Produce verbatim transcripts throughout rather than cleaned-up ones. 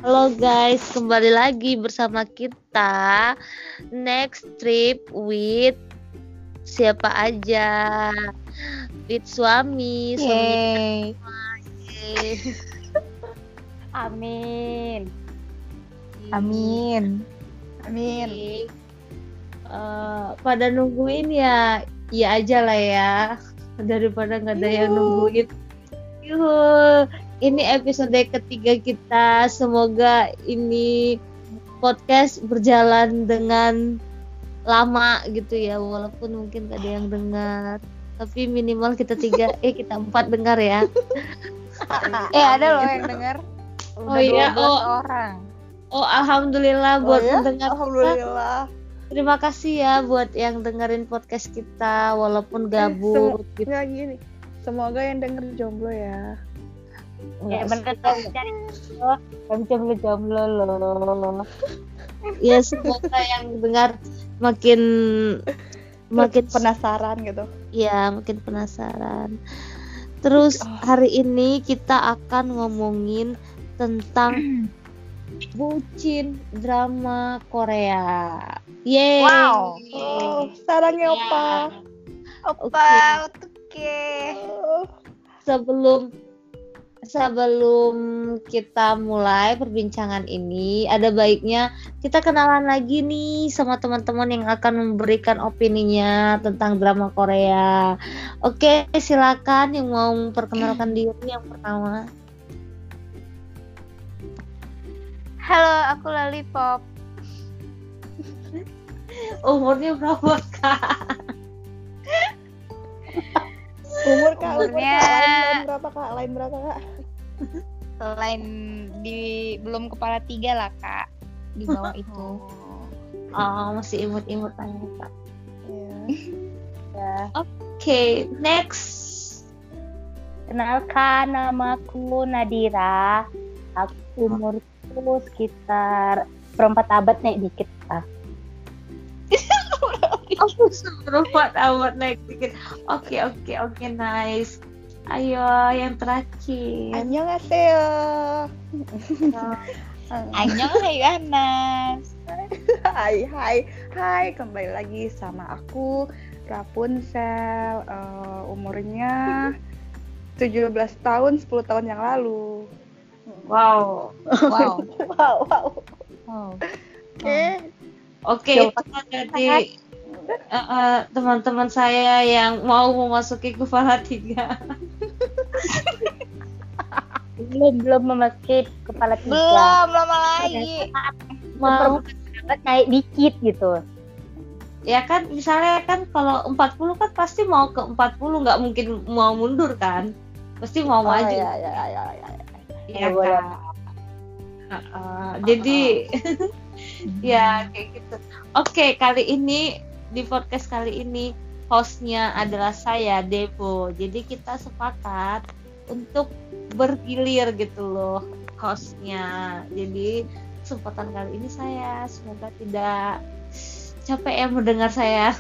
Halo guys, kembali lagi bersama kita Next Trip with siapa aja, with suami, suami. Amin. Amin. Amin. Uh, pada nungguin ya, ya aja lah ya, daripada nggak ada yang nungguin. Yuhu. Ini episode ketiga kita. Semoga ini podcast berjalan dengan lama gitu ya, walaupun mungkin gak ada yang dengar, tapi minimal kita tiga, eh kita empat dengar ya. eh ada loh yang dengar. Oh iya, oh orang. Oh alhamdulillah buat oh, ya? pendengar. Alhamdulillah. Kita. Terima kasih ya buat yang dengerin podcast kita walaupun gabut. Eh, sem- gitu. Gini. Semoga yang denger jomblo ya. Ya bener cari jomblo jomblo loh. Ya semoga yang dengar makin makin penasaran gitu. Ya makin penasaran. Terus hari ini kita akan ngomongin tentang bucin drama Korea. Yeay. Wow. Oh, sarangnya opa. Opa, oke. Sebelum Sebelum kita mulai perbincangan ini, ada baiknya kita kenalan lagi nih sama teman-teman yang akan memberikan opininya tentang drama Korea. Oke, silakan yang mau memperkenalkan diri yang pertama. Halo, aku Lollipop. Umurnya berapa, Kak? Umur kak, umurnya umur kak, lain berapa kak? Lain berapa kak? Selain di belum kepala tiga lah kak, di bawah itu. Oh, masih imut-imut aja kak. Yeah. Ya. Oke, okay, next. Kenalkan, namaku Nadira. Aku umurku sekitar seperempat abad naik dikit lah. Aku seberempat awat naik dikit. Oke oke oke nice. Ayo yang terakhir. Annyeonghaseyo. Annyeonghaseyo Anas. Hai hai hai kembali lagi sama aku Rapunzel. Uh, umurnya tujuh belas tahun, sepuluh tahun yang lalu. Wow. Wow. wow wow. Wow. Oke. Oke, itu jadi Uh, uh, teman-teman saya yang mau memasuki kepala tiga. belum belum memasuki kepala tiga. Belum lama lagi. Mau naik dikit gitu. Ya kan, misalnya kan kalau empat puluh kan pasti mau ke empat puluh, nggak mungkin mau mundur kan? Pasti mau oh, maju. Ya ya ya ya. ya. Ya, ya kan. Uh, uh, jadi ya kayak gitu. Oke, kali ini di podcast kali ini hostnya adalah saya Devo. Jadi kita sepakat untuk bergilir gitu loh hostnya. Jadi kesempatan kali ini saya, semoga tidak capek ya mendengar saya.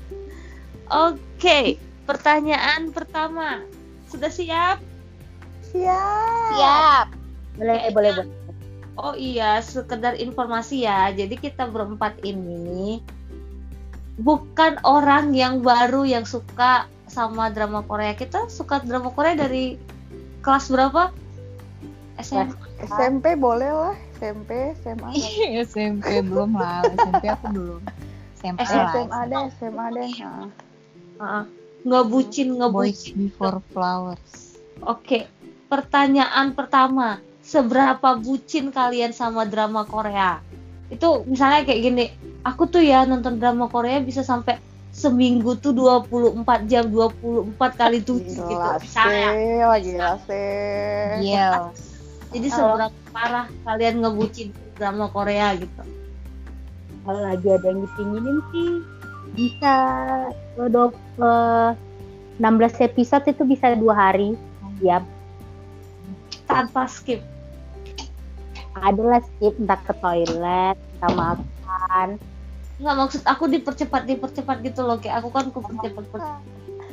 Oke, pertanyaan pertama, sudah siap? Siap. Siap. Boleh eh, boleh boleh. Oh iya, sekedar informasi ya. Jadi kita berempat ini bukan orang yang baru yang suka sama drama Korea. Kita suka drama Korea dari kelas berapa? S M P. S M P boleh lah. S M P, S M A. S M P belum lah. S M P aku belum. S M A S M A deh, S M A deh. Heeh. Nggak bucin, nggak Boys bucin. Before Flowers. Oke. Pertanyaan pertama, seberapa bucin kalian sama drama Korea? Itu misalnya kayak gini, aku tuh ya nonton drama Korea bisa sampai seminggu tuh dua puluh empat jam, dua puluh empat kali tujuh gitu misalnya. Gila sih. Iya. Jadi seberapa parah kalian ngebucin drama Korea gitu? Kalau lagi ada yang dipinginin sih bisa dua puluh enam belas episode itu bisa dua hari. Ya. Tanpa skip. Adalah skip, entah ke toilet, entah makan. Nggak, maksud aku dipercepat dipercepat gitu loh, kayak aku kan aku percepat percepat.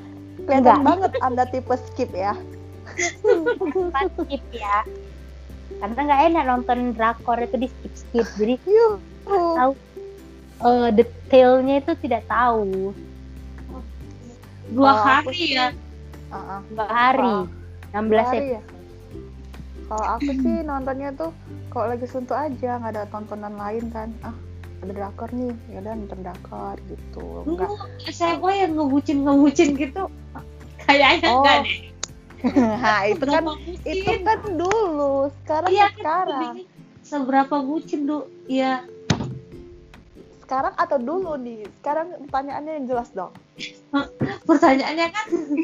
Kelihatan banget Anda tipe skip ya. Skip ya. karena nggak enak nonton drakor itu di skip skip, jadi Yuh. tahu uh, detailnya itu tidak tahu. Dua Kalau aku hari sih- ya. Uh-uh. Dua hari, enam belas Dua hari episode. ya. Kalau aku sih nontonnya tuh kalau lagi suntuk aja, nggak ada tontonan lain kan. Ah, ada drakor nih, ya udah nonton drakor gitu. Enggak. Dulu S M A yang ngebucin-ngebucin gitu. Kayaknya Oh. enggak deh. Nah, itu kan Seberapa bucin? itu kan dulu, sekarang Iya, kan sekarang. Seberapa bucin, Du? Iya. Sekarang atau dulu nih? Sekarang pertanyaannya yang jelas dong. Pertanyaannya kan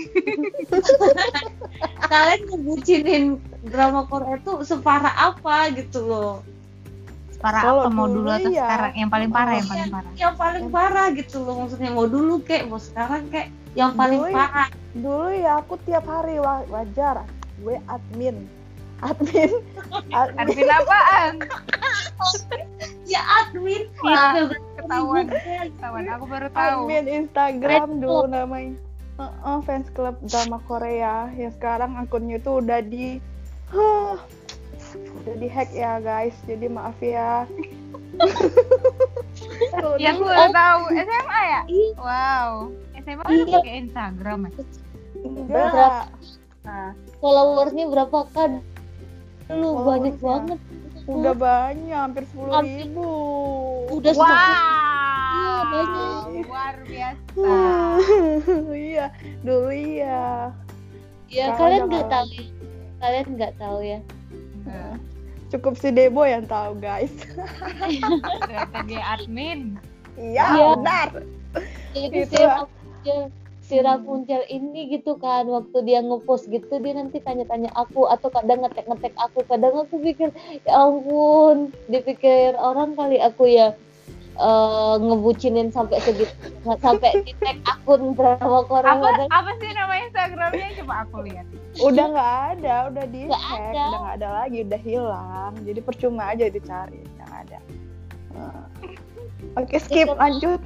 kalian ngebucinin drama Korea itu separah apa gitu loh. Parah Kalau apa mau dulu dulu atau iya. sekarang? Yang paling parah, yang Iya, paling parah. Yang paling parah gitu loh, maksudnya mau dulu kek, mau sekarang kek, yang paling Dulu ya. parah. Dulu ya aku tiap hari wa- wajar. Gue admin. Admin. Admin. Admin apaan? Ya admin, Wah, sampai berapa ketahuan. ribu ya. Ketahuan, aku baru tahu. Admin Instagram Red dulu namanya. Heeh, fans club drama Korea. Yang sekarang akunnya tuh udah di huh, udah di hack ya guys. Jadi maaf ya. Tuh, Ya aku dulu- baru tahu. S M A ya? Iya. Wow. S M A Iya. udah pakai Instagram ya? enggak. Nah, Followersnya berapa kan? Dulu Followersnya. banyak banget. Udah banyak, hampir sepuluh Hampir. ribu. Udah semakin. Wow. Iya, banyak. Luar biasa. Iya, dulu iya. Ya Sekarang kalian udah nggak nggak tahu ya. Kalian nggak tahu ya. Enggak. Cukup si Debo yang tahu guys. Ternyata dia admin. Iya, Iya. benar. Jadi Itu si lah. Rapunzel, si Rapunzel ini gitu kan, waktu dia ngepost gitu dia nanti tanya-tanya aku atau kadang ngetek-ngetek aku, kadang aku pikir ya ampun, dipikir orang kali aku ya eh, ngebucinin sampai segitu, nggak sampai di tag akun drama Korea. Apa Padahal apa sih nama Instagramnya? Coba aku lihat. Udah nggak ada, udah di Nggak hack, ada. udah nggak ada lagi, udah hilang. Jadi percuma aja dicari, yang ada. Nah. Oke, skip Itu- lanjut.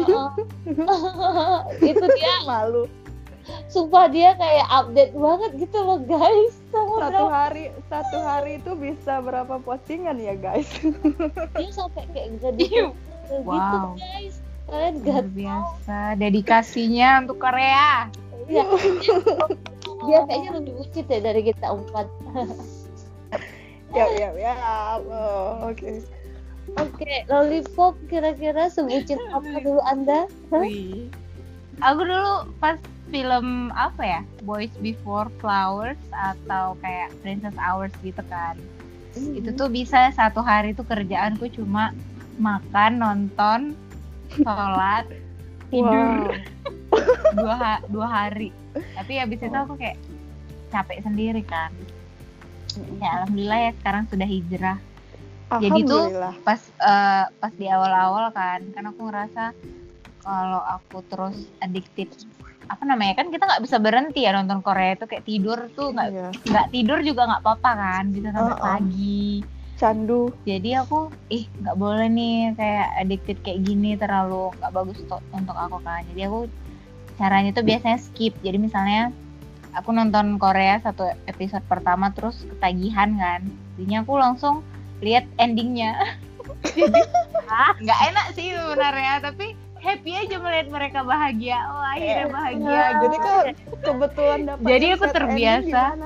itu dia, Malu. sumpah dia kayak update banget gitu loh guys sama Satu drama. hari, satu hari itu bisa berapa postingan ya guys? Dia sampai kayak gede gitu Wow. guys. Kalian Luar gak biasa dedikasinya untuk Korea. ya, dia kayaknya lebih bucin deh dari kita empat. Ya, ya, ya. Oh, Oke. Oke, Lollipop kira-kira sebucin apa dulu Anda? Wih. Aku dulu pas film apa ya, Boys Before Flowers atau kayak Princess Hours gitu kan. Itu tuh bisa satu hari tuh kerjaanku cuma makan, nonton, sholat, tidur. Wow. dua ha- dua hari. Tapi habis itu aku kayak capek sendiri kan. Ya alhamdulillah ya sekarang sudah hijrah. Jadi tuh Alhamdulillah. pas eh, pas di awal-awal kan kan aku ngerasa kalau aku terus addicted, apa namanya, kan kita nggak bisa berhenti ya nonton Korea itu, kayak tidur tuh nggak Iya. nggak tidur juga nggak apa-apa kan, bisa sampai Uh-uh. pagi. Candu. Jadi aku ih nggak boleh nih kayak addicted kayak gini, terlalu nggak bagus to- untuk aku kan. Jadi aku caranya tuh biasanya skip. Jadi misalnya aku nonton Korea satu episode pertama terus ketagihan kan, jadinya aku langsung lihat endingnya. Jadi ah, nggak enak sih sebenarnya, tapi happy aja melihat mereka bahagia. Oh akhirnya bahagia. Nah, gitu. jadi ke, kebetulan dapat Jadi aku set ending terbiasa. gimana?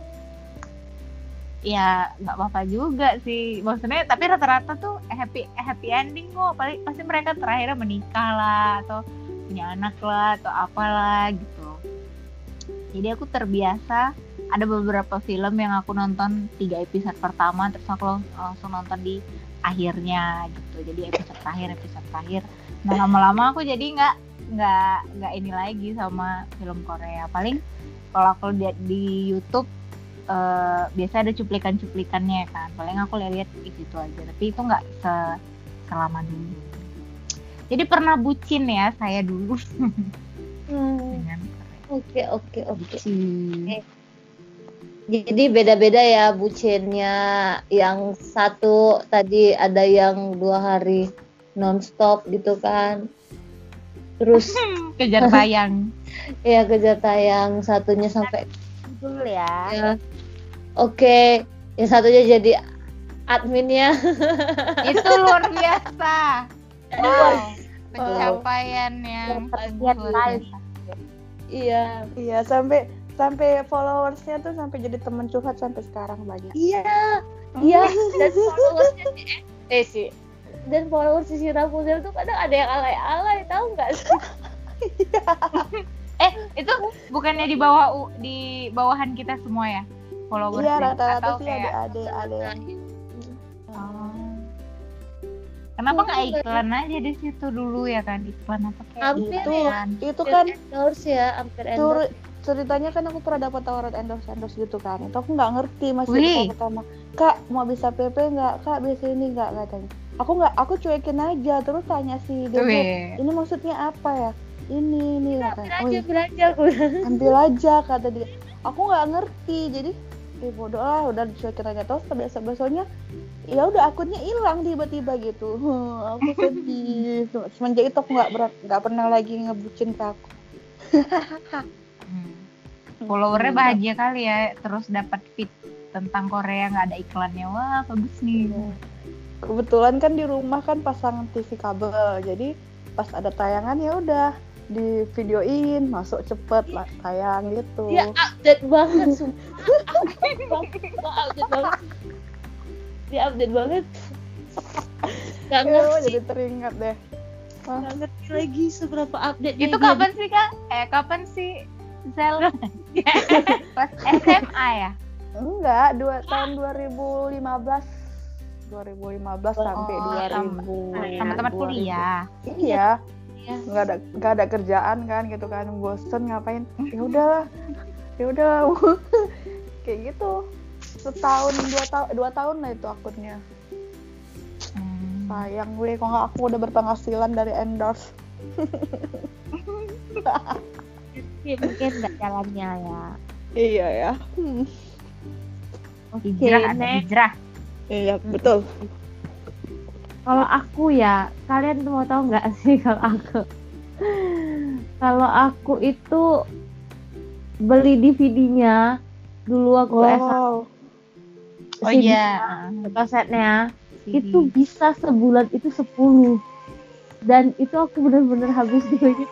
Ya nggak apa-apa juga sih, maksudnya tapi rata-rata tuh happy happy ending kok. Paling pasti mereka terakhirnya menikah lah atau punya anak lah atau apalah gitu. Jadi aku terbiasa, ada beberapa film yang aku nonton tiga episode pertama terus aku lang- langsung nonton di akhirnya gitu. Jadi episode terakhir episode terakhir. Nah lama-lama aku jadi nggak nggak nggak ini lagi sama film Korea. Paling kalau aku lihat di YouTube eh, biasa ada cuplikan-cuplikannya kan. Paling aku lihat itu aja. Tapi itu nggak se- selama dulu. Jadi pernah bucin ya saya dulu Hmm, dengan Korea. Oke oke oke. Bucin. Jadi beda-beda ya bucinnya. Yang satu tadi ada yang dua hari nonstop gitu kan. Terus Kejar tayang. ya kejar tayang, satunya sampai Betul ya. ya. Oke, yang satunya jadi adminnya. Itu luar biasa. Wow, pencapaian yang Perhatian luar kali. biasa. Iya. Iya, sampai sampai followersnya tuh sampai jadi temen curhat sampai sekarang banyak. Iya, iya. Dan followersnya si eh sih. Dan followers si Rapunzel tuh kadang ada yang alay-alay, tahu nggak sih? Eh, itu bukannya di bawah u- di bawahan kita semua ya? Followers Iya, ya? rata-rata Atau sih kayak ada ada yang oh. Kenapa nggak iklan aja di situ dulu ya kan? Iklan apa kayak Hampir itu ya. itu kan Endorse ya, hampir tur endorse. ceritanya kan aku pernah dapat tawaran endorse endorse gitu kan. Itu aku nggak ngerti masih Wih. pertama. Kak mau bisa P P nggak? Kak bisa ini nggak katanya. Aku nggak, aku cuekin aja terus tanya si dia, Wih. ini maksudnya apa ya? Ini ini katanya. Oh, Ambil aja, ambil aja aku. ambil aja kata dia. Aku nggak ngerti jadi eh bodoh lah udah dicuekin aja terus besok besoknya ya udah akunnya hilang tiba-tiba gitu. Hmm, aku sedih. Semenjak itu aku nggak berat nggak pernah lagi ngebucin ke aku. Hmm. Followernya bahagia kali ya, terus dapat feed tentang Korea nggak ada iklannya. Wah, bagus nih. Kebetulan kan di rumah kan pasang T V kabel jadi pas ada tayangan ya udah di videoin masuk cepet lah tayang gitu. Dia update banget sumpah. Update banget, update banget. Dia update banget. Gak Aduh, ngerti, jadi teringat deh. Wah, gak ngerti lagi seberapa update Itu kapan sih Kak? Eh kapan sih Zel? Pas S M A ya? enggak, dua tahun dua ribu lima belas dua ribu lima belas sampai Oh, dua ribu Sama tempat kuliah. Iya, Iya. nggak ada nggak ada kerjaan kan gitu kan, bosen ngapain? Ya udahlah, ya udah kayak gitu. Setahun dua tahun dua tahun lah itu akunnya. Hmm. Sayang gue, kok nggak aku udah berpenghasilan dari endorse. Mungkin mungkin nggak jalannya ya. Iya ya. Hmm. Oke, Hijrah ada next. hijrah. Iya betul. Kalau aku ya, kalian tuh mau tahu nggak sih kalau aku? Kalau aku itu beli D V D-nya dulu aku S satu Wow. Oh C D, iya. kasetnya C D. itu bisa sebulan itu sepuluh dan itu aku benar-benar habis duit.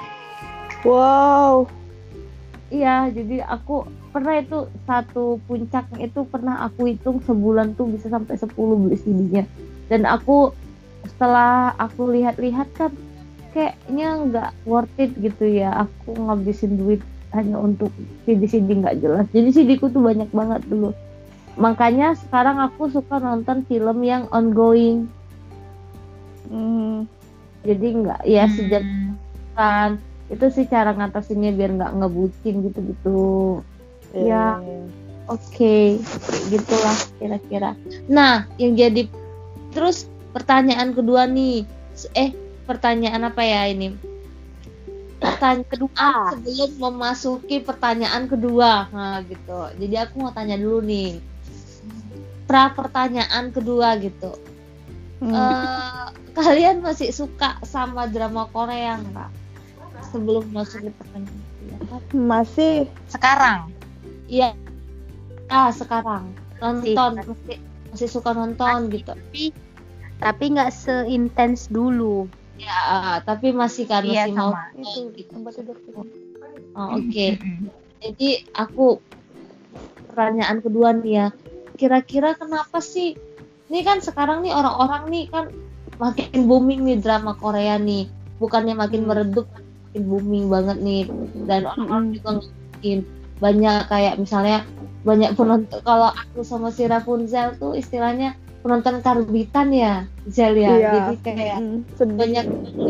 Wow. Iya, jadi aku pernah itu satu puncaknya itu pernah aku hitung sebulan tuh bisa sampai sepuluh beli C D-nya. Dan aku setelah aku lihat-lihat kan kayaknya nggak worth it gitu ya. Aku ngabisin duit hanya untuk C D-C D nggak jelas. Jadi C D-ku tuh banyak banget dulu. Makanya sekarang aku suka nonton film yang ongoing. Hmm. Jadi nggak ya Hmm. sejak kan itu sih cara ngatasinnya biar nggak ngebucin gitu-gitu. Ya. Oke, gitulah kira-kira. Nah, yang jadi terus pertanyaan kedua nih. Eh, pertanyaan apa ya ini? Pertanyaan kedua sebelum memasuki pertanyaan kedua. Nah, gitu. Jadi aku mau tanya dulu nih. Pra pertanyaan kedua gitu. Hmm. Eh, kalian masih suka sama drama Korea nggak? Sebelum masuk ke pertanyaan kedua. Masih. Sekarang. Iya. Ah, sekarang nonton masih masih suka nonton gitu. Tapi tapi nggak seintens dulu. Ya, tapi masih kan Iya, masih mau sama. Itu gitu. tempat tidur. Oh, oke. Mm-mm. Jadi aku pertanyaan kedua nih ya. Kira-kira kenapa sih? Ini kan sekarang nih orang-orang nih kan makin booming nih drama Korea nih. Bukannya makin Hmm. meredup, makin booming banget nih. Dan orang-orang Hmm. juga makin banyak kayak misalnya banyak penonton. Kalau aku sama si Rapunzel tuh istilahnya penonton karbitan ya, Zel ya. Iya. Jadi kayak Hmm, sedih. banyak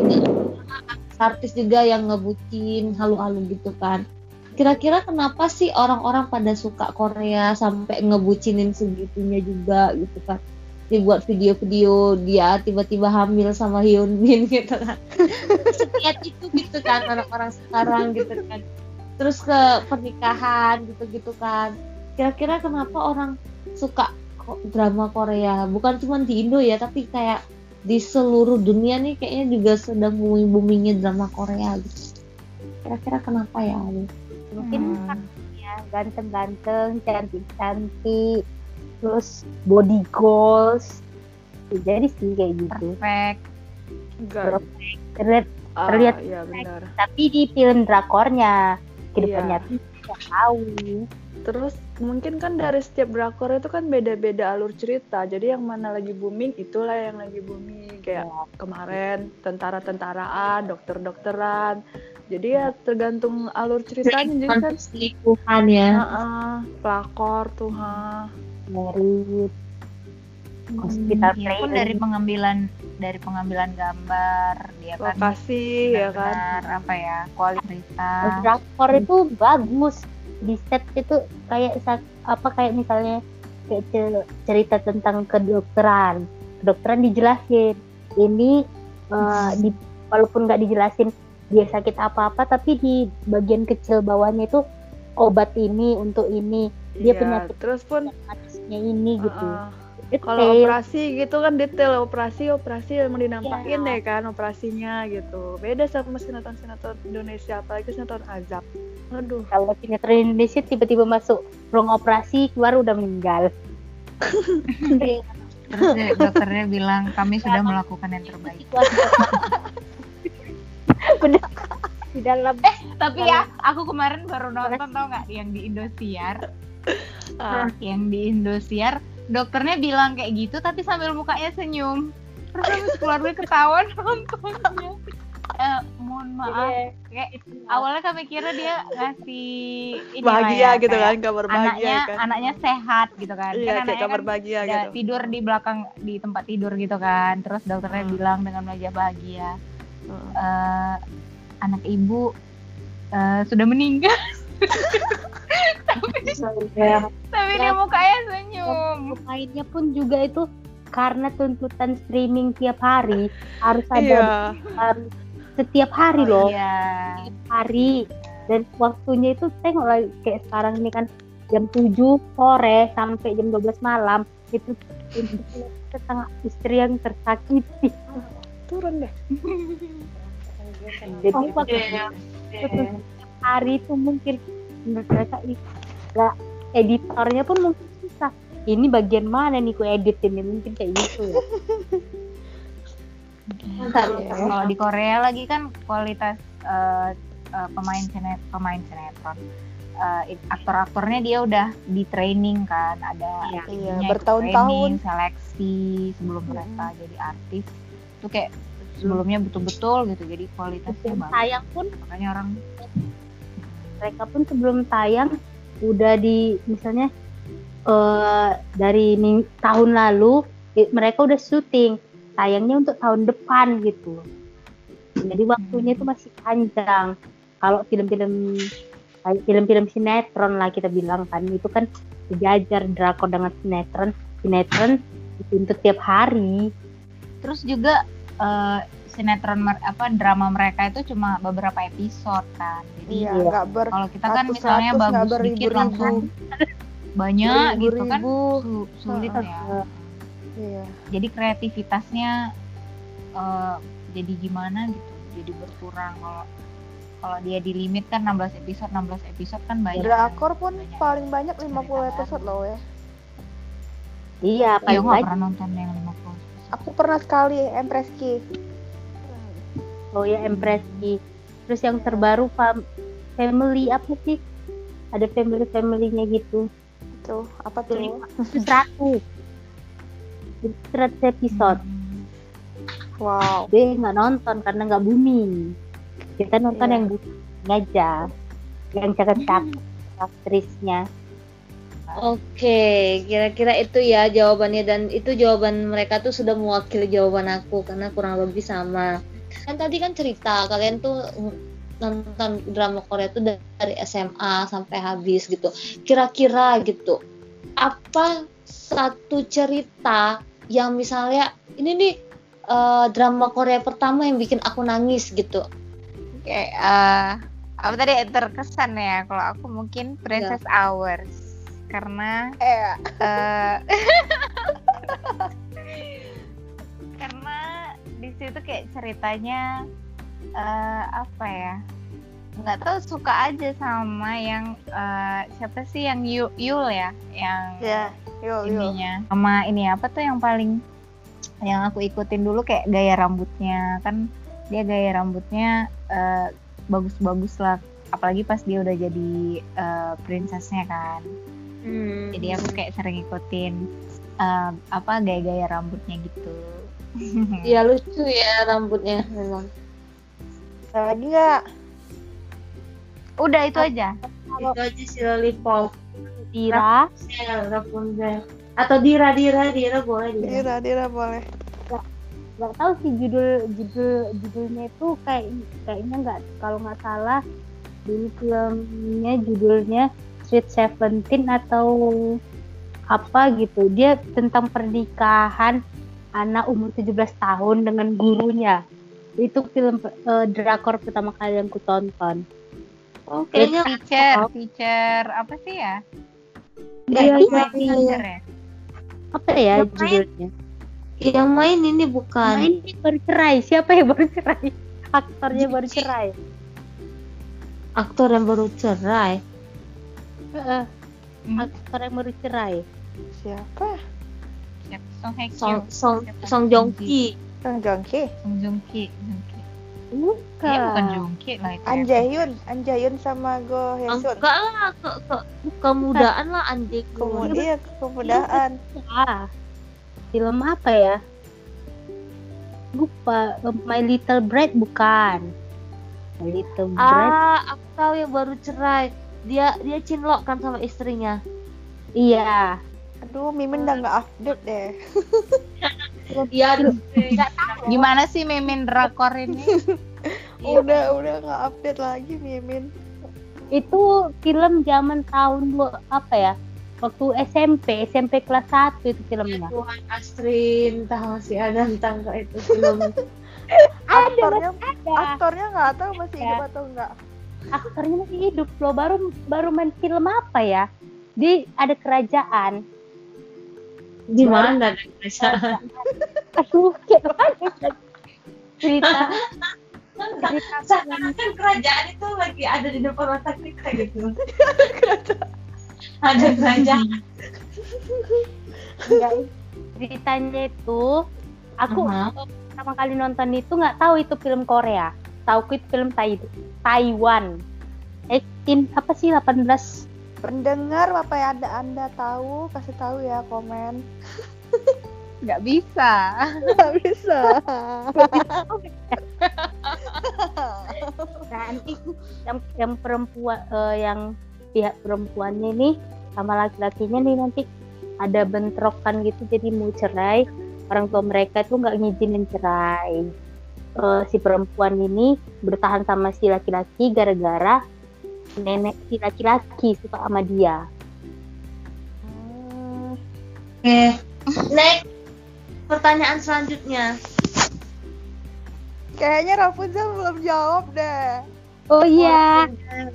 artis juga yang ngebucin halu-halu gitu kan. Kira-kira kenapa sih orang-orang pada suka Korea sampai ngebucinin segitunya juga gitu kan? Dibuat video-video dia tiba-tiba hamil sama Hyun Bin gitu kan. Setiap itu gitu kan orang-orang sekarang gitu kan. Terus ke pernikahan gitu-gitu kan. Kira-kira kenapa orang suka ko- drama Korea? Bukan cuma di Indo ya, tapi kayak di seluruh dunia nih kayaknya juga sedang booming-boomingnya drama Korea gitu. Kira-kira kenapa ya? Ali? Mungkin Hmm. ya ganteng-ganteng, cantik-cantik. terus body goals. Jadi sih kayak gitu. Perfect. Enggak. Terlihat, Ah, terlihat iya benar. tapi di film drakornya kedepannya Iya. tuh nggak tahu. Terus mungkin kan dari setiap drakor itu kan beda-beda alur cerita. Jadi yang mana lagi booming itulah yang lagi booming. Kayak kemarin tentara-tentaraan, dokter-dokteran. Jadi ya tergantung alur ceritanya. Jadi kan Selingkuhan ya. Heeh, pelakor tuh, ha. Merit hospital Ya pun training. dari pengambilan dari pengambilan gambar dia kan Lokasi ya kan. benar apa ya kualitas cerita. Drakor itu bagus, di set itu kayak sa- apa kayak misalnya kayak ce- cerita tentang kedokteran kedokteran dijelasin ini eh, di walaupun nggak dijelasin dia sakit apa-apa, tapi di bagian kecil bawahnya itu obat ini untuk ini dia Iya, penyakit terus pun atasnya ini gitu. heeh. Detail. Kalau operasi gitu kan detail, operasi operasi emang dinampakin Iya. deh kan operasinya gitu. Beda sama sinetron-sinetron Indonesia, apalagi sinetron azab. Aduh. Kalau sinetron Indonesia tiba-tiba masuk ruang operasi keluar udah meninggal. Terus dia- dokternya bilang kami sudah melakukan yang terbaik. Bener di dalam Tapi ya aku kemarin baru nonton tau nggak yang di Indosiar. Ah, Yang di Indosiar dokternya bilang kayak gitu tapi sambil mukanya senyum. Terus habis keluarga ketawa nontonnya. Eh, mohon maaf kayak awalnya kami kira dia ngasih ini lah bahagia ya, gitu kayak kan, kabar bahagia anaknya kan. anaknya sehat gitu kan. Iya, Kan kayak anaknya kabar kan bahagia udah gitu. tidur di belakang di tempat tidur gitu kan. Terus dokternya Hmm. bilang dengan wajah bahagia, Heeh. "Eh, anak ibu eh, sudah meninggal." Tapi dia mukanya senyum. Pemainnya pun juga itu karena tuntutan streaming tiap hari harus ada Iya. harus setiap hari loh, Iya. setiap hari, dan waktunya itu tengok lagi kayak sekarang ini kan jam tujuh sore sampai jam dua belas malam itu untuk tentang istri yang tersakiti. Turun deh. Jadi waktu setiap hari itu mungkin menurut mereka ih, nggak, editornya pun mungkin susah. Ini bagian mana nih ku edit ini, mungkin kayak gitu ya. Kalau di Korea lagi kan kualitas eh, eh, pemain sinet pemain sinetron, eh, aktor-aktornya dia udah di training kan, ada Iya, ininya, iya, ikut bertahun-tahun. training, seleksi sebelum mereka jadi artis. Itu kayak sebelumnya betul-betul gitu, jadi kualitasnya Sebelum bagus. tayang pun Makanya orang mereka pun sebelum tayang udah di misalnya eh dari ming- tahun lalu i- mereka udah syuting, tayangnya untuk tahun depan gitu. Jadi waktunya itu masih panjang. Kalau film-film kayak film-film sinetron lah kita bilang kan, itu kan sejajar drakor dengan sinetron. Sinetron dituntut tiap hari. terus juga eh, sinetron mer- apa drama mereka itu cuma beberapa episode kan. Jadi Iya, Iya. nggak ber kalau kita kan ratus-ratus, misalnya nggak bagus dikit beribu-ribu. langsung banyak gitu kan, Beribu-ribu. su- sulit ya. Iya. Jadi kreativitasnya eh, jadi gimana gitu, jadi berkurang. Kalau kalau dia di limit kan enam belas episode, enam belas episode kan banyak. Drakor pun Banyak. paling banyak lima puluh episode loh ya. Iya, Ayo paling nggak banyak. pernah nonton yang lima puluh episode. Aku pernah sekali Empreski. Oh ya, Empreski. Terus yang terbaru fam- family apa sih? Ada family familynya gitu. Tuh, apa tuh? Itu seratus. Itu seratus episode. Hmm. Wow. Gue nggak nonton karena nggak booming. Kita nonton Iya. yang booming aja. Yang cakep-cakep aktrisnya. Oke, kira-kira itu ya jawabannya, dan itu jawaban mereka tuh sudah mewakili jawaban aku karena kurang lebih sama. Kan tadi kan cerita kalian tuh nonton drama Korea tuh dari S M A sampai habis gitu. Kira-kira gitu, apa satu cerita yang misalnya ini nih eh, drama Korea pertama yang bikin aku nangis gitu. Kayak eh, apa tadi terkesan ya, kalau aku mungkin Princess Hours karena Eh, eh, karena di situ kayak ceritanya eh, apa ya, nggak tahu suka aja sama yang uh, siapa sih yang Yu- Yul ya, yang Ya, yuk, yuk. ininya sama ini apa tuh yang paling yang aku ikutin dulu kayak gaya rambutnya kan, dia gaya rambutnya uh, bagus-bagus lah, apalagi pas dia udah jadi uh, princessnya kan. Hmm. Jadi aku kayak sering ikutin uh, apa gaya-gaya rambutnya gitu. Iya lucu ya rambutnya memang. Ada lagi nggak? Udah itu aja. Itu aja si Lollipop. Dira, Rapunzel, Rapunzel. Atau Dira, Dira, Dira boleh Dira. Dira, Dira boleh. nggak tahu sih judul judul judulnya itu kayak kayaknya nggak, kalau nggak salah dulu filmnya judulnya Sweet Seventeen atau apa gitu. Dia tentang pernikahan anak umur tujuh belas tahun dengan gurunya. Itu film uh, drakor pertama kali yang ku tonton. Oh, kayaknya Teacher, teacher apa sih ya? Iya, Nggak, iya, teacher iya. ya. Apa ya Yang judulnya? yang main ini bukan. Nah, ini baru cerai. Siapa yang baru cerai? Aktornya baru cerai. Aktor yang baru cerai. Heeh, Hmm. aktor yang baru cerai. Siapa? Siapa? Song Hye Song Kyo. Song Siapa? Song Joong Ki. Song Joong Ki. Song Joong Ki. Joong Ki. Bukan. Iya bukan Joong Ki lah itu. An ya. Jae-hyun, An Jae-hyun sama Go Hye-sun. Enggak lah, ke, ke kemudaan lah anjing. Kemudian kemudaan. Ah, film apa ya? Lupa. My Little Bride bukan. My Little Bride. Ah, aku tahu yang baru cerai. Dia dia cinlok kan sama istrinya. Iya. Aduh, Mimin udah nggak update deh. Iya, aduh. Gimana sih Mimin drakor ini? Udah, udah nggak update lagi Mimin. Itu film zaman tahun dua- apa ya? Waktu S M P, S M P kelas satu itu filmnya. Tuhan Astrin, tahu masih ada tentang itu film. Aktornya, Ada. aktornya nggak tahu masih Ya. hidup atau enggak. Aktornya masih hidup loh. Baru baru main film apa ya? Di ada kerajaan. Di mana ada kerajaan? Aduh, kayak mana? Cerita cerita Seakan-akan kerajaan itu lagi ada di depan mata kita gitu. Ada kerajaan. enggak, ceritanya itu aku Aha. uh, pertama kali nonton itu nggak tahu itu film Korea, tahu itu film Tai Taiwan. eighteen apa sih delapan belas. Pendengar apa ya ada Anda tahu, kasih tahu ya komen. Nggak bisa. Nggak bisa. Nanti yang yang perempuan eh, yang pihak perempuannya nih sama laki-lakinya nih nanti ada bentrokan gitu, jadi mau cerai. Orang tua mereka tuh nggak ngizinin cerai. Eh, si perempuan ini bertahan sama si laki-laki gara-gara nenek si laki-laki suka sama dia. Hmm, Oke. Next. Pertanyaan selanjutnya. kayaknya Rapunzel belum jawab deh. Oh iya.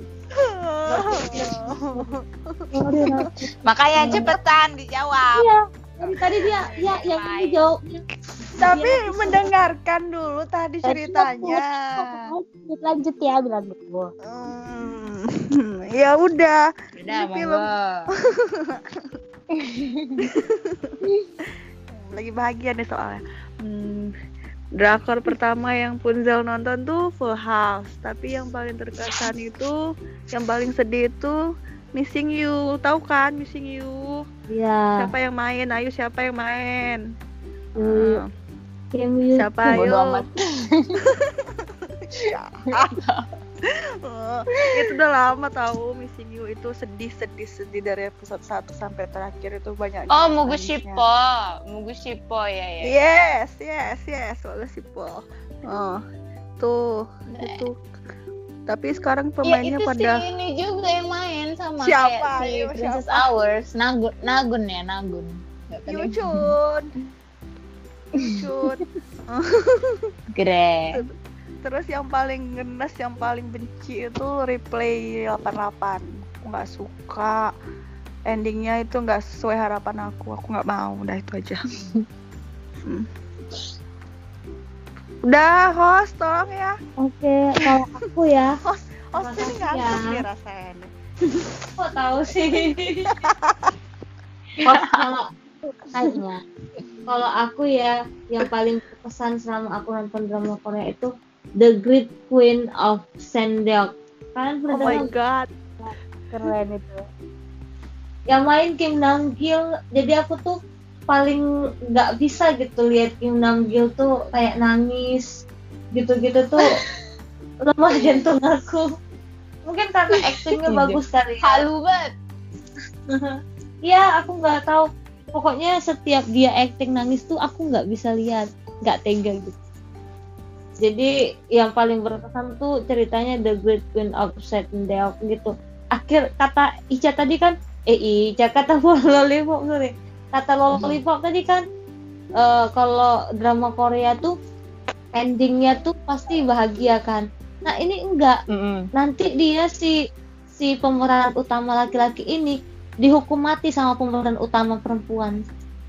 Makanya cepetan dijawab. Iya. Tadi tadi dia ya yang ini Bye. jawabnya. Tapi mendengarkan dulu tadi ceritanya. Lanjut, lanjut ya bilang gitu. Hmm, ya udah. Udah, Ini film. Lagi bahagia nih soalnya. Hmm, drakor pertama yang Punzel nonton tuh Full House. Tapi yang paling terkesan itu, yang paling sedih itu Missing You. Tahu kan Missing You? Iya. Siapa yang main? Ayo siapa yang main? Hmm. Hmm, Kim siapa Bodo ayo? amat. Oh, itu udah lama tahu Missing You itu sedih-sedih sedih dari episode satu sampai terakhir itu banyak. Oh, nangisnya. Mugushipo. Mugushipo ya ya. Yes, yes, yes, soalnya si Paul. Oh, tuh, itu. Tapi sekarang Iya, pemainnya itu pada si ini juga yang main sama Siapa? kayak si Ayo, Princess siapa? Hours, Nagun, Nagun ya, Nagun. Nggak tahu deh. Yuchun. Yuchun. Gede. Terus yang paling ngenes, yang paling benci itu Replay delapan delapan. Aku nggak suka. Endingnya itu nggak sesuai harapan aku. Aku nggak mau. Udah itu aja. Hmm. Udah, host, tolong ya. Oke, kalau aku ya, Oh, Makasih sering ya. ngangkat dia rasanya. Kok tahu sih? Kalau Kayaknya. kalau aku ya yang paling berkesan selama aku nonton drama Korea itu The Great Queen of Sandok. Kalian pernah Oh my dengar? god. Keren itu. Yang main Kim Nam Gil. Jadi aku tuh paling nggak bisa gitu lihat Kim Nam Gil tuh kayak nangis gitu-gitu tuh lemah jantung aku. Mungkin karena aktingnya bagus kali ya. Halu banget. Iya, aku nggak tahu. Pokoknya setiap dia acting nangis tuh aku nggak bisa lihat, nggak tega gitu. Jadi yang paling berkesan tuh ceritanya The Great Queen of Sandok gitu. Akhir kata Ica tadi kan, eh Ica kata Lollipop sorry. Kata Lollipop tadi kan, eh, kalau drama Korea tuh endingnya tuh pasti bahagia kan. Nah ini enggak. Mm-mm. Nanti dia si si pemeran utama laki-laki ini dihukum mati sama pemeran utama perempuan.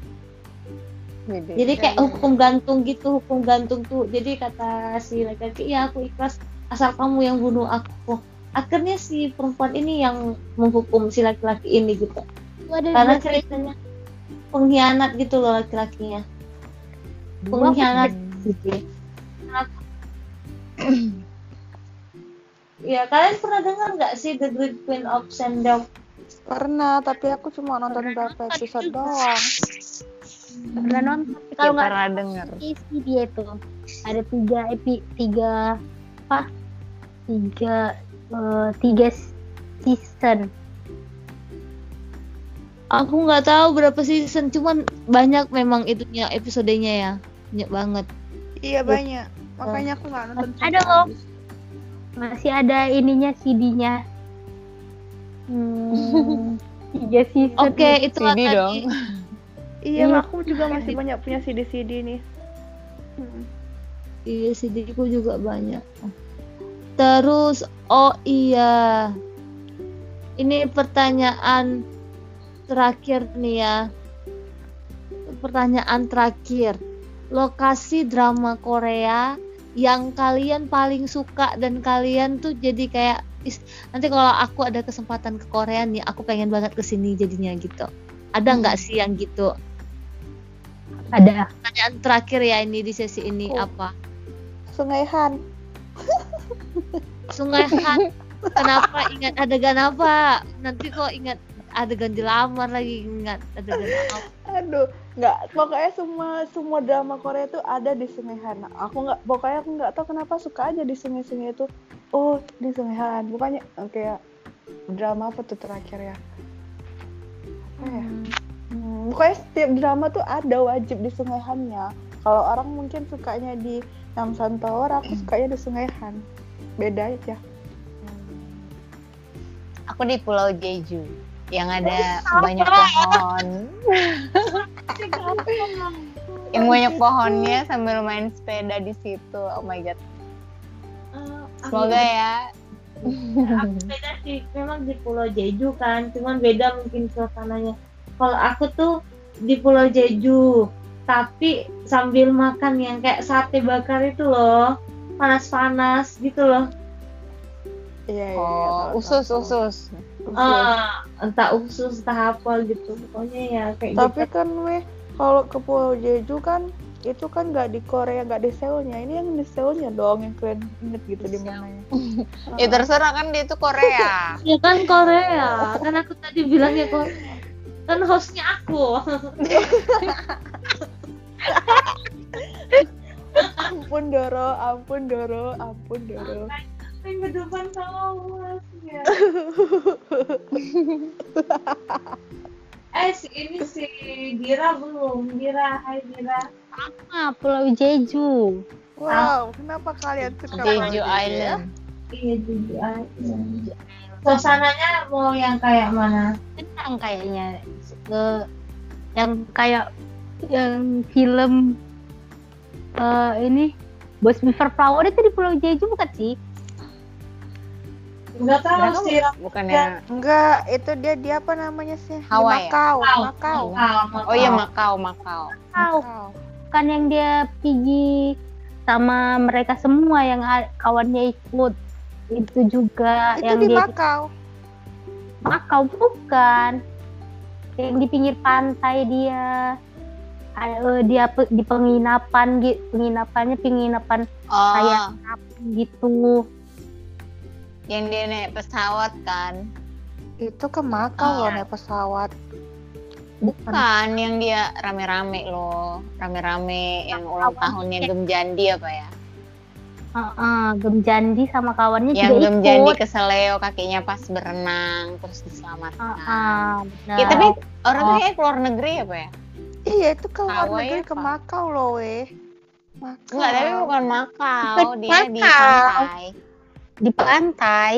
Jadi kayak hukum gantung gitu, hukum gantung tuh. Jadi kata si laki-laki, ya aku ikhlas asal kamu yang bunuh aku. Akhirnya si perempuan ini yang menghukum si laki-laki ini gitu. Karena ceritanya pengkhianat gitu loh laki-lakinya. Pengkhianat gitu. Ya kalian pernah dengar nggak sih The Great Queen of Sandok? Pernah, tapi aku cuma nonton beberapa episode doang. Pernah nonton. Ya, Kalau nggak pernah denger. isi dia tuh ada tiga epi tiga apa tiga eh, tiga season. Aku nggak tahu berapa season, cuman banyak memang itunya episodenya ya, banyak banget. Iya banyak. Makanya aku nggak nonton. Ada loh. Masih ada ininya C D-nya. Hmm, tiga season. Oke, itu C D tadi. dong. Iya, Iya. aku juga masih banyak punya C D C D nih. Hmm. Iya, C D-ku juga banyak. Terus, oh iya, ini pertanyaan terakhir nih ya. Pertanyaan terakhir. Lokasi drama Korea yang kalian paling suka dan kalian tuh jadi kayak is, nanti kalau aku ada kesempatan ke Korea nih, aku pengen banget kesini jadinya gitu. Ada nggak sih yang gitu? Ada. Pertanyaan terakhir ya ini di sesi ini Oh. apa? Sungai Han. Sungai Han. Kenapa ingat adegan apa? Nanti kok ingat adegan dilamar lagi, ingat adegan apa? Aduh, nggak. Pokoknya semua semua drama Korea itu ada di Sungai Han. Nah, aku nggak. Pokoknya aku nggak tahu kenapa suka aja di sungai-sungai itu. Oh, di Sungai Han. Bukannya eh, kayak drama apa tuh terakhir ya? Apa ya? Hmm, pokoknya setiap drama tuh ada wajib di Sungai Han-nya. Kalau orang mungkin sukanya di Namsan Tower, aku sukanya di Sungai Han. Beda aja. Aku di Pulau Jeju yang ada banyak pohon. Yang banyak pohonnya sambil main sepeda di situ. Oh my god. Semoga ya. Aku beda sih, memang di Pulau Jeju kan, cuman beda mungkin suasananya. Kalau aku tuh di Pulau Jeju, tapi sambil makan yang kayak sate bakar itu loh, panas-panas gitu loh. Iya, iya. Oh, usus usus. Ah, entah usus entah apa gitu, pokoknya ya kayak Tapi gitu. kan weh, kalau ke Pulau Jeju kan itu kan nggak di Korea, nggak di Seoulnya. Ini yang di Seoulnya dong yang keren inget gitu di mananya. Ya terserah kan dia itu Korea. Ya kan Korea, kan aku tadi bilangnya Korea. Kan hostnya aku. Ampun Doro, ampun Doro, ampun Doro. Minggu depan tahu hostnya. Eh, si ini si Dira belum. Dira, hai Dira. Ah, Pulau Jeju. Wow, kenapa kalian suka Jeju Pulau Island. Iya, Jeju Island. Suasananya mau yang kayak mana? Tenang kayaknya. Ke yang kayak yang film eh ini Boys Before Flower itu di Pulau Jeju bukan sih? Enggak tahu sih. Bukannya Enggak, itu dia dia apa namanya sih? Di Hawaii ya? Makau, Makau. Makau. Oh iya Makau, Makau. Tahu Makau. kan yang dia pergi sama mereka semua yang a- kawannya ikut itu juga Itu yang di dia Makau. Makau bukan, yang di pinggir pantai dia. Ada dia pe- di penginapan gitu, penginapannya penginapan Oh, kayak gitu. yang dia naik pesawat kan? Itu ke Makau Oh. loh naik pesawat. Bukan, yang dia rame-rame loh, rame-rame yang ulang tahunnya Gem Jandi apa ya? Heeh, Gem Jandi sama kawannya Yang juga Gem ikut. Jandi keseleo kakinya pas berenang terus diselamatkan. Heeh, benar. Ya, tapi orang tuh kayak keluar negeri apa ya? Iya itu ke luar Hawaii negeri ke apa? Makau loh weh. Makau. Enggak, tapi bukan Makau, Bukan dia di Makau. pantai. Di pantai.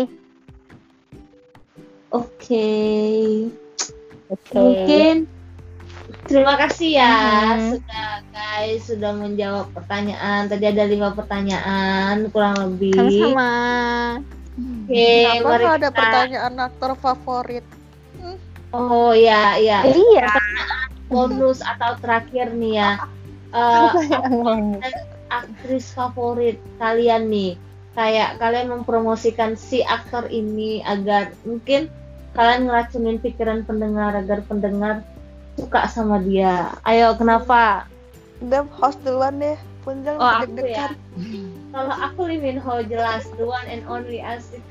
Oke. Oke. Mungkin terima kasih ya Mhm. sudah guys sudah menjawab pertanyaan. Tadi ada lima pertanyaan kurang lebih. Sama-sama. Oke, Kenapa mari nggak ada kita- pertanyaan aktor favorit? Oh ya ya. Iya. Bonus atau terakhir nih ya. Eh, aktris favorit kalian nih. Kayak kalian mempromosikan si aktor ini agar mungkin kalian ngeracunin pikiran pendengar agar pendengar suka sama dia. Ayo, kenapa? Udah host duluan deh. Punjang Oh, aku deg-degan. Kalau aku Lee Min Ho jelas the one and only asik.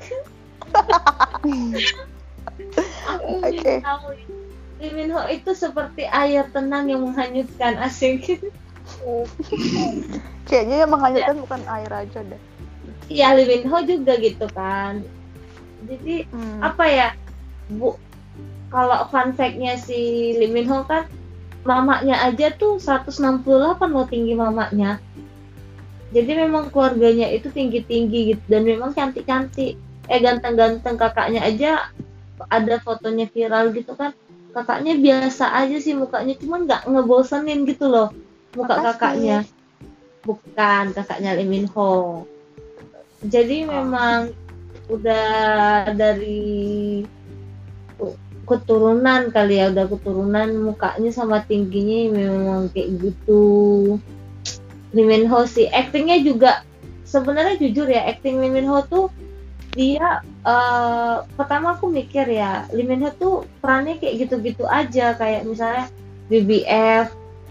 Oke. Tahu, Lee Min Ho itu seperti air tenang yang menghanyutkan asik. Kayaknya yang menghanyutkan bukan air aja deh. Iya, Lee Min Ho juga gitu kan. Jadi Hmm. apa ya, Bu? Kalau fun fact-nya si Lee Min Ho kan mamanya aja tuh seratus enam puluh delapan loh tinggi mamanya. Jadi memang keluarganya itu tinggi-tinggi gitu dan memang cantik-cantik. Eh ganteng-ganteng, kakaknya aja ada fotonya viral gitu kan. Kakaknya biasa aja sih mukanya, cuman nggak ngebosenin gitu loh muka Makasih. kakaknya. Bukan kakaknya Lee Min Ho. Jadi memang udah dari keturunan kali ya, udah keturunan mukanya sama tingginya memang kayak gitu. Lee Min Ho sih aktingnya juga sebenarnya jujur ya, akting Lee Min Ho tuh dia eh, pertama aku mikir ya Lee Min Ho tuh perannya kayak gitu-gitu aja, kayak misalnya B B F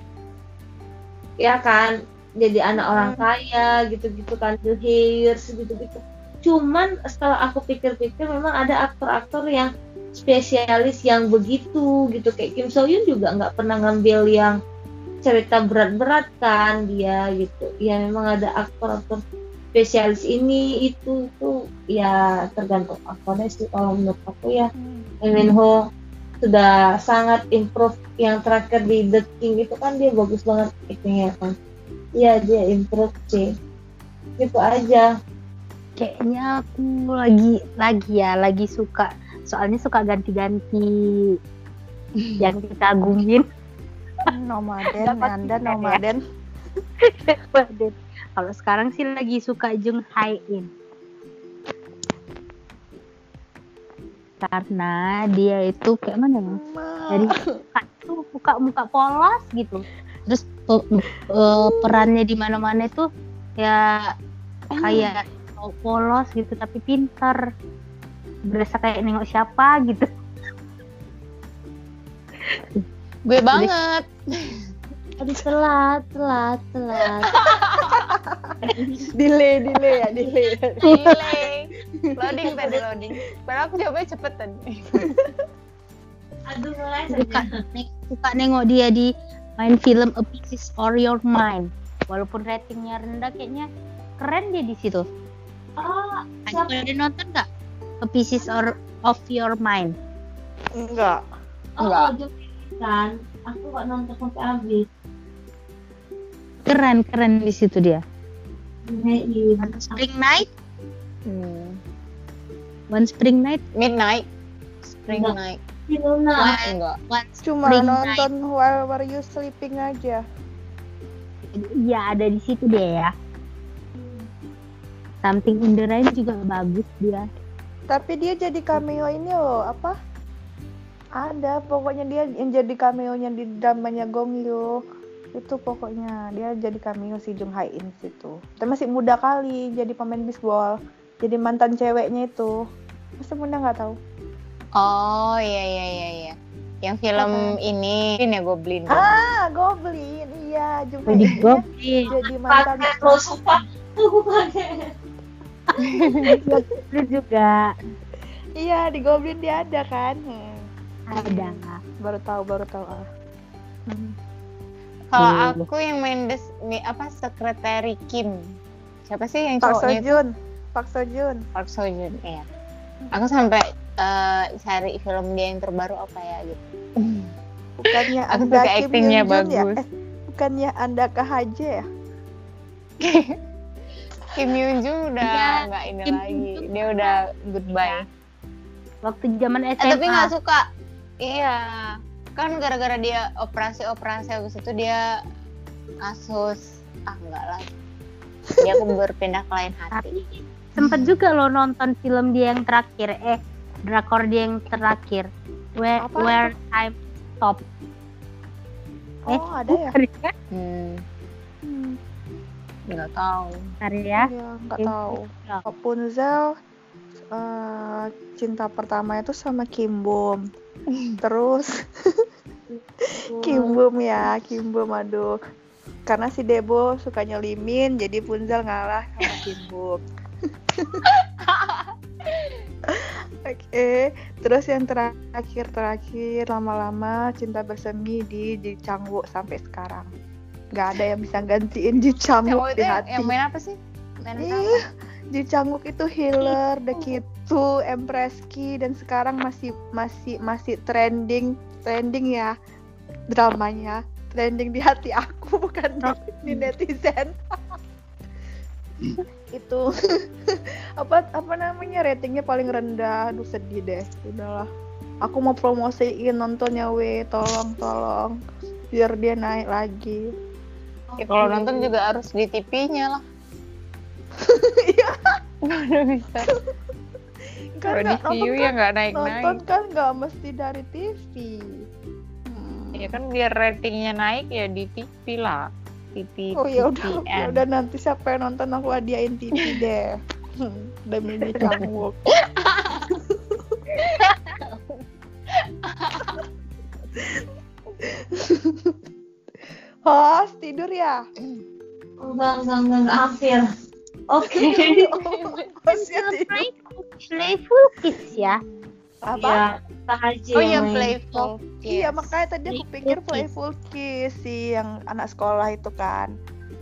ya kan, jadi anak orang kaya gitu-gitu kan, The Hairs gitu-gitu. Cuman setelah aku pikir-pikir memang ada aktor-aktor yang spesialis yang begitu gitu, kayak Kim So Hyun juga nggak pernah ngambil yang cerita berat-berat kan dia gitu. Ya memang ada aktor-aktor spesialis ini itu tuh ya tergantung aktornya sih. Kalau menurut aku ya Lee Min Ho sudah sangat improve. Yang terakhir di The King itu kan dia bagus banget actingnya kan. Iya dia improve sih. Gitu aja. Kayaknya aku lagi lagi ya lagi suka, soalnya suka ganti-ganti yang dikagumin. Nomaden, Dapat Nanda, tiket ya. nomaden. Waduh. Kalau sekarang sih lagi suka Jung Hae In. Karena dia itu kayak mana ya? Dari muka itu muka-muka polos gitu. Terus pe- eh, perannya di mana-mana itu ya kayak polos gitu tapi pintar. Berasa kayak nengok siapa gitu. Gue banget. Aduh telat, telat, telat. delay, delay ya, delay. Delay. Loading tadi loading. Padahal aku jawabnya cepet tadi. Aduh mulai Suka, saja. neng- suka nengok dia di main film A Piece of Your Mind. Walaupun ratingnya rendah kayaknya keren dia di situ. Oh, Ada pada nonton nggak? A Pieces or of Your Mind. Enggak. oh, Enggak. Jung kan. Aku gak nonton sampai habis. Keren keren di situ dia. Ini One Spring Night, Hmm. One Spring Night, Midnight. Spring Enggak. night. Luna. Wah, enggak. One Cuma Spring nonton While Were You Sleeping aja. Night. Iya ada di situ dia ya. Something in the Rain juga bagus dia. Tapi dia jadi cameo ini loh, apa? Ada, pokoknya dia yang jadi cameo-nya di dramanya Gong Yoo. Itu pokoknya dia jadi cameo si Jung Hae In situ. Dia masih muda kali jadi pemain bisbol. jadi mantan ceweknya itu. Masa Bunda nggak tahu? Oh iya iya iya iya. Yang film Apa? ini ini ya Goblin. Ah, Goblin. Iya, juga Jadi dia Goblin. jadi mantan. Pakai lo sumpah. Aku pakai. Lu juga Iya, di Goblin dia ada kan? Hmm. ada. Baru tahu, baru tahu ah. Kalau Hmm. aku yang main des, mi- apa sekretari Kim. Siapa sih yang Park cowoknya? itu? Seo-joon. Park Seo-joon. Park Seo-joon. Iya. Aku sampai eh, cari film dia yang terbaru apa ya gitu. Bukannya Aku Anda suka Kim actingnya Yoon-jun ya? bagus. Eh, bukannya Anda K H J ya? Kim Yoon Jung udah Iya, nggak ini Kim lagi. Yoon Jung Dia udah goodbye. Waktu zaman S M A. Eh, tapi nggak suka. Iya. Kan gara-gara dia operasi-operasi habis itu dia kasus ah enggak lah. Dia aku berpindah ke lain hati. Tapi sempet juga lo nonton film dia yang terakhir, eh drakor dia yang terakhir, Where, Apa? Where Time Stop. Oh, Eh, ada ya? Bentar Hmm, Hmm, nggak tahu. ya. iya, nggak Kim tahu. Yoon. Rapunzel eh, cinta pertama itu sama Kim Bum. Terus Kim Bum ya, Kim Bum aduh. Karena si Debo sukanya Limin, jadi Punzel ngalah sama Kim Bum. Oke, terus yang terakhir terakhir lama-lama cinta bersemi di Ji Chang-wook sampai sekarang. Gak ada yang bisa gantiin Ji Chang-wook Cowok di itu yang, hati. yang main apa sih? Main apa? Ih, Ji Chang-wook itu healer, The Kitu, Empress Ki, dan sekarang masih masih masih trending trending ya dramanya, trending di hati aku bukan di, di netizen. Itu apa apa namanya ratingnya paling rendah, aduh sedih deh. Udahlah, aku mau promosiin nontonnya we, tolong tolong biar dia naik lagi. Ya kalau nonton juga harus di T V-nya lah. Iya. Udah bisa. Kalau di nggak view nonton ya kan, nggak naik-naik. nonton kan nggak mesti dari T V. Hmm. Ya kan biar ratingnya naik ya di T V lah. T V. Oh ya udah, T V N. ya udah nanti siapa yang nonton aku hadiahin T V deh. Hmm, demi Ji Chang-wook. Host tidur ya? Enggak, enggak, enggak, enggak, hampir. Oke. Hostnya tidur. Playful Kids ya. Apa? Ya, tak aja Oh yang ya main. Playful. Iya Kids. makanya tadi aku Playful pikir Kids. Playful Kids sih yang anak sekolah itu kan.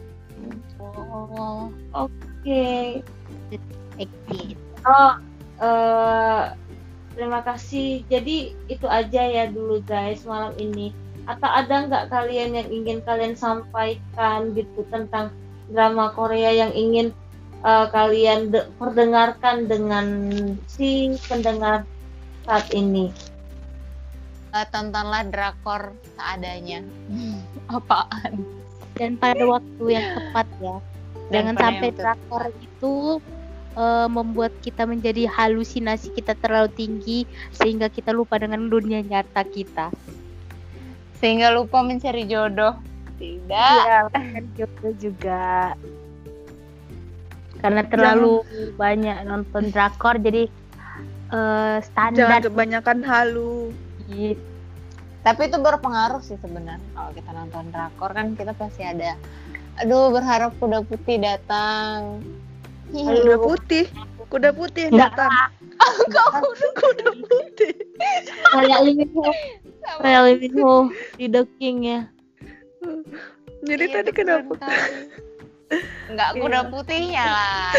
Oh. Oke. Active. Oh, eh terima kasih. Jadi itu aja ya dulu guys malam ini. Atau ada nggak kalian yang ingin kalian sampaikan gitu tentang drama Korea yang ingin eh, kalian de- perdengarkan dengan si pendengar saat ini? Eh, tontonlah drakor seadanya. Apaan? Dan pada waktu yang tepat ya. Dan Jangan pada sampai yang drakor itu eh, membuat kita menjadi halusinasi kita terlalu tinggi sehingga kita lupa dengan dunia nyata kita. Sehingga lupa mencari jodoh. Tidak. Iya, kan jodoh juga. Karena terlalu banyak nonton drakor jadi eh, Jangan standar kebanyakan halu. gitu. Tapi itu berpengaruh sih sebenarnya. Kalau kita nonton drakor kan kita pasti ada. Aduh, berharap kuda putih datang. Kuda putih, kuda putih yang Nggak. datang. Kuda putih. Kayak Lee Min Ho, kayak Lee Min Ho di The King ya. Jadi Iya, tadi itu kenapa? keren kali. Enggak kuda putihnya lah.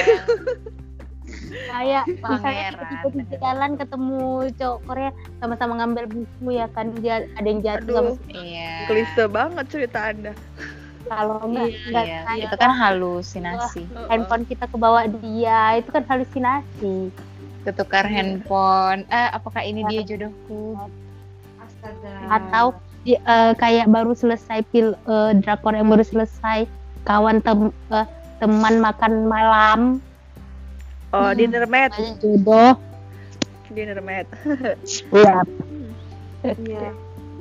Kayak misalnya Pangeran. kita di jalan ketemu cowok Korea sama-sama ngambil buku ya kan dia ada yang jatuh sama Aduh, Iya. klise banget cerita Anda. kalau enggak Iya, enggak Iya, kayak itu kan halusinasi. handphone kita kebawa dia itu kan halusinasi. Ketukar handphone. Eh, apakah ini dia jodohku? Astaga. Atau di- eh, kayak baru selesai pil eh, drakor yang baru selesai kawan tem- eh, teman makan malam Oh, dinner mat, jodoh. dinner mat. Iya. Iya.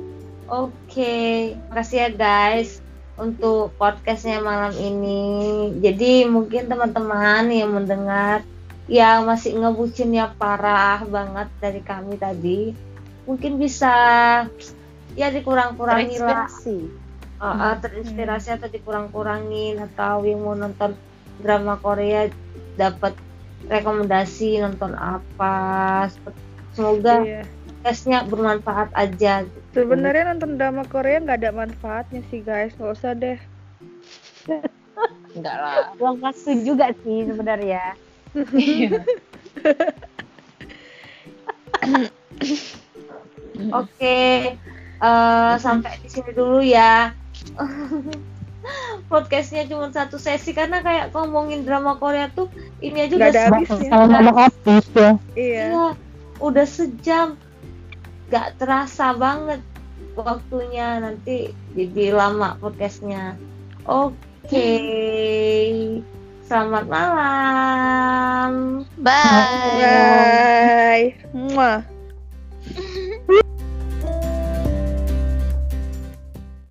Oke, makasih ya guys untuk podcastnya malam ini. Jadi mungkin teman-teman yang mendengar yang masih ngebucinnya parah banget dari kami tadi, mungkin bisa ya dikurang-kurangi lah. Terinspirasi. Uh, uh, terinspirasi atau dikurang-kurangin, atau yang mau nonton drama Korea dapat rekomendasi nonton apa. Semoga Iya. podcastnya bermanfaat aja gitu. Sebenarnya nonton drama Korea nggak ada manfaatnya sih guys, nggak usah deh. Enggak lah. Buang waktu juga sih sebenarnya. Oke, eh, sampai di sini dulu ya. Podcastnya cuma satu sesi karena kayak ngomongin drama Korea tuh ini aja Nggak udah ada se- habisnya. Sama habis ya. Iya. Iya, udah sejam, gak terasa banget waktunya, nanti jadi lama podcastnya. Oke, selamat malam. Bye. Bye. Muah.